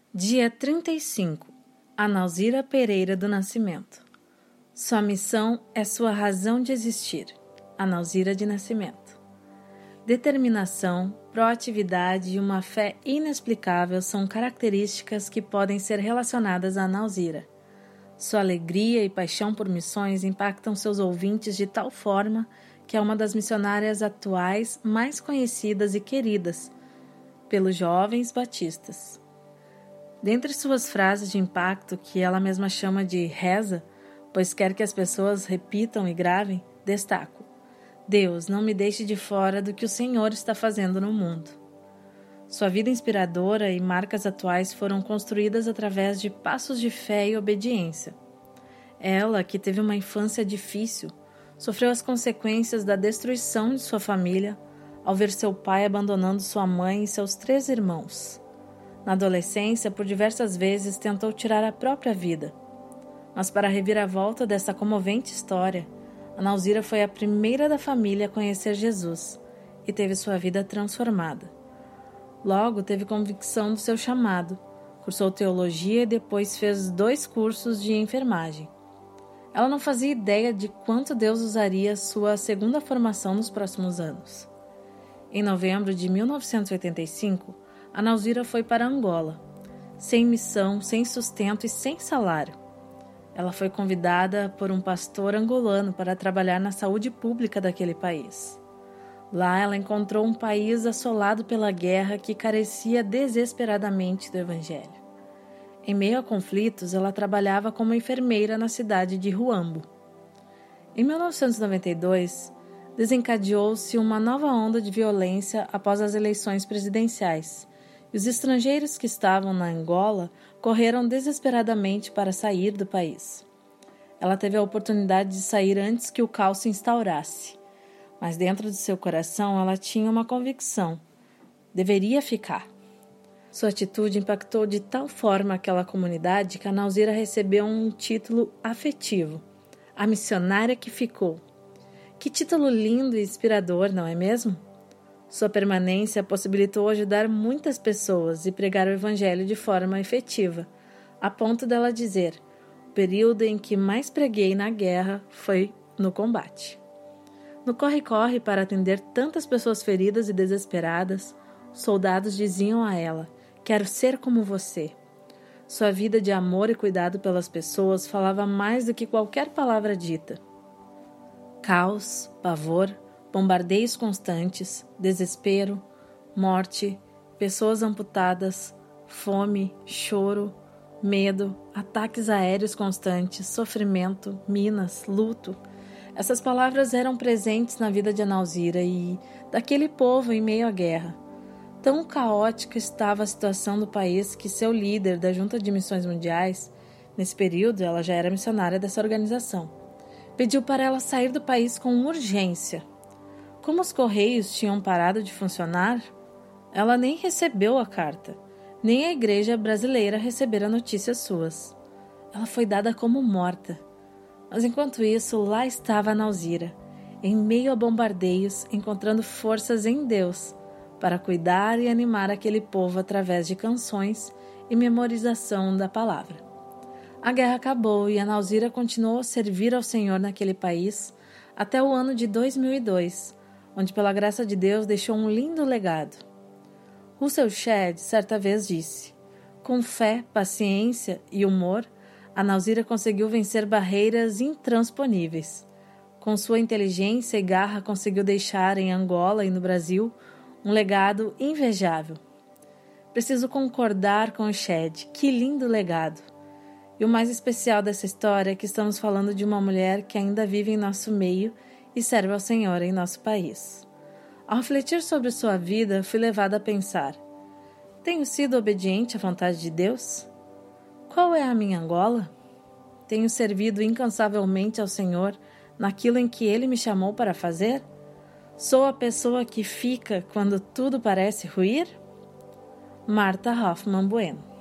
Dia 35. Analzira Pereira do Nascimento. Sua missão é sua razão de existir. Analzira de Nascimento. Determinação, proatividade e uma fé inexplicável são características que podem ser relacionadas a Analzira. Sua alegria e paixão por missões impactam seus ouvintes de tal forma que é uma das missionárias atuais mais conhecidas e queridas pelos jovens batistas. Dentre suas frases de impacto, que ela mesma chama de reza, pois quer que as pessoas repitam e gravem, destaco: Deus, não me deixe de fora do que o Senhor está fazendo no mundo. Sua vida inspiradora e marcas atuais foram construídas através de passos de fé e obediência. Ela, que teve uma infância difícil, sofreu as consequências da destruição de sua família ao ver seu pai abandonando sua mãe e seus 3 irmãos. Na adolescência, por diversas vezes, tentou tirar a própria vida. Mas para a reviravolta dessa comovente história, Analzira foi a primeira da família a conhecer Jesus e teve sua vida transformada. Logo, teve convicção do seu chamado, cursou teologia e depois fez 2 cursos de enfermagem. Ela não fazia ideia de quanto Deus usaria sua segunda formação nos próximos anos. Em novembro de 1985, Analzira foi para Angola, sem missão, sem sustento e sem salário. Ela foi convidada por um pastor angolano para trabalhar na saúde pública daquele país. Lá ela encontrou um país assolado pela guerra que carecia desesperadamente do Evangelho. Em meio a conflitos, ela trabalhava como enfermeira na cidade de Huambo. Em 1992, desencadeou-se uma nova onda de violência após as eleições presidenciais, e os estrangeiros que estavam na Angola correram desesperadamente para sair do país. Ela teve a oportunidade de sair antes que o caos se instaurasse, mas dentro de seu coração ela tinha uma convicção: deveria ficar. Sua atitude impactou de tal forma aquela comunidade que Analzira recebeu um título afetivo: a missionária que ficou. Que título lindo e inspirador, não é mesmo? Sua permanência possibilitou ajudar muitas pessoas e pregar o Evangelho de forma efetiva, a ponto dela dizer: o período em que mais preguei na guerra foi no combate. No corre-corre para atender tantas pessoas feridas e desesperadas, os soldados diziam a ela: quero ser como você. Sua vida de amor e cuidado pelas pessoas falava mais do que qualquer palavra dita. Caos, pavor, bombardeios constantes, desespero, morte, pessoas amputadas, fome, choro, medo, ataques aéreos constantes, sofrimento, minas, luto. Essas palavras eram presentes na vida de Analzira e daquele povo em meio à guerra. Tão caótica estava a situação do país que seu líder da Junta de Missões Mundiais, nesse período ela já era missionária dessa organização, pediu para ela sair do país com urgência. Como os correios tinham parado de funcionar, ela nem recebeu a carta, nem a igreja brasileira recebera notícias suas. Ela foi dada como morta. Mas enquanto isso, lá estava Analzira, em meio a bombardeios, encontrando forças em Deus para cuidar e animar aquele povo através de canções e memorização da palavra. A guerra acabou e Analzira continuou a servir ao Senhor naquele país até o ano de 2002, onde pela graça de Deus deixou um lindo legado. Russell Shedd certa vez disse: com fé, paciência e humor, Analzira conseguiu vencer barreiras intransponíveis. Com sua inteligência e garra conseguiu deixar em Angola e no Brasil um legado invejável. Preciso concordar com o Shedd, que lindo legado! E o mais especial dessa história é que estamos falando de uma mulher que ainda vive em nosso meio e serve ao Senhor em nosso país. Ao refletir sobre sua vida, fui levada a pensar: tenho sido obediente à vontade de Deus? Qual é a minha Angola? Tenho servido incansavelmente ao Senhor naquilo em que Ele me chamou para fazer? Sou a pessoa que fica quando tudo parece ruir? Martha Hoffman Bueno.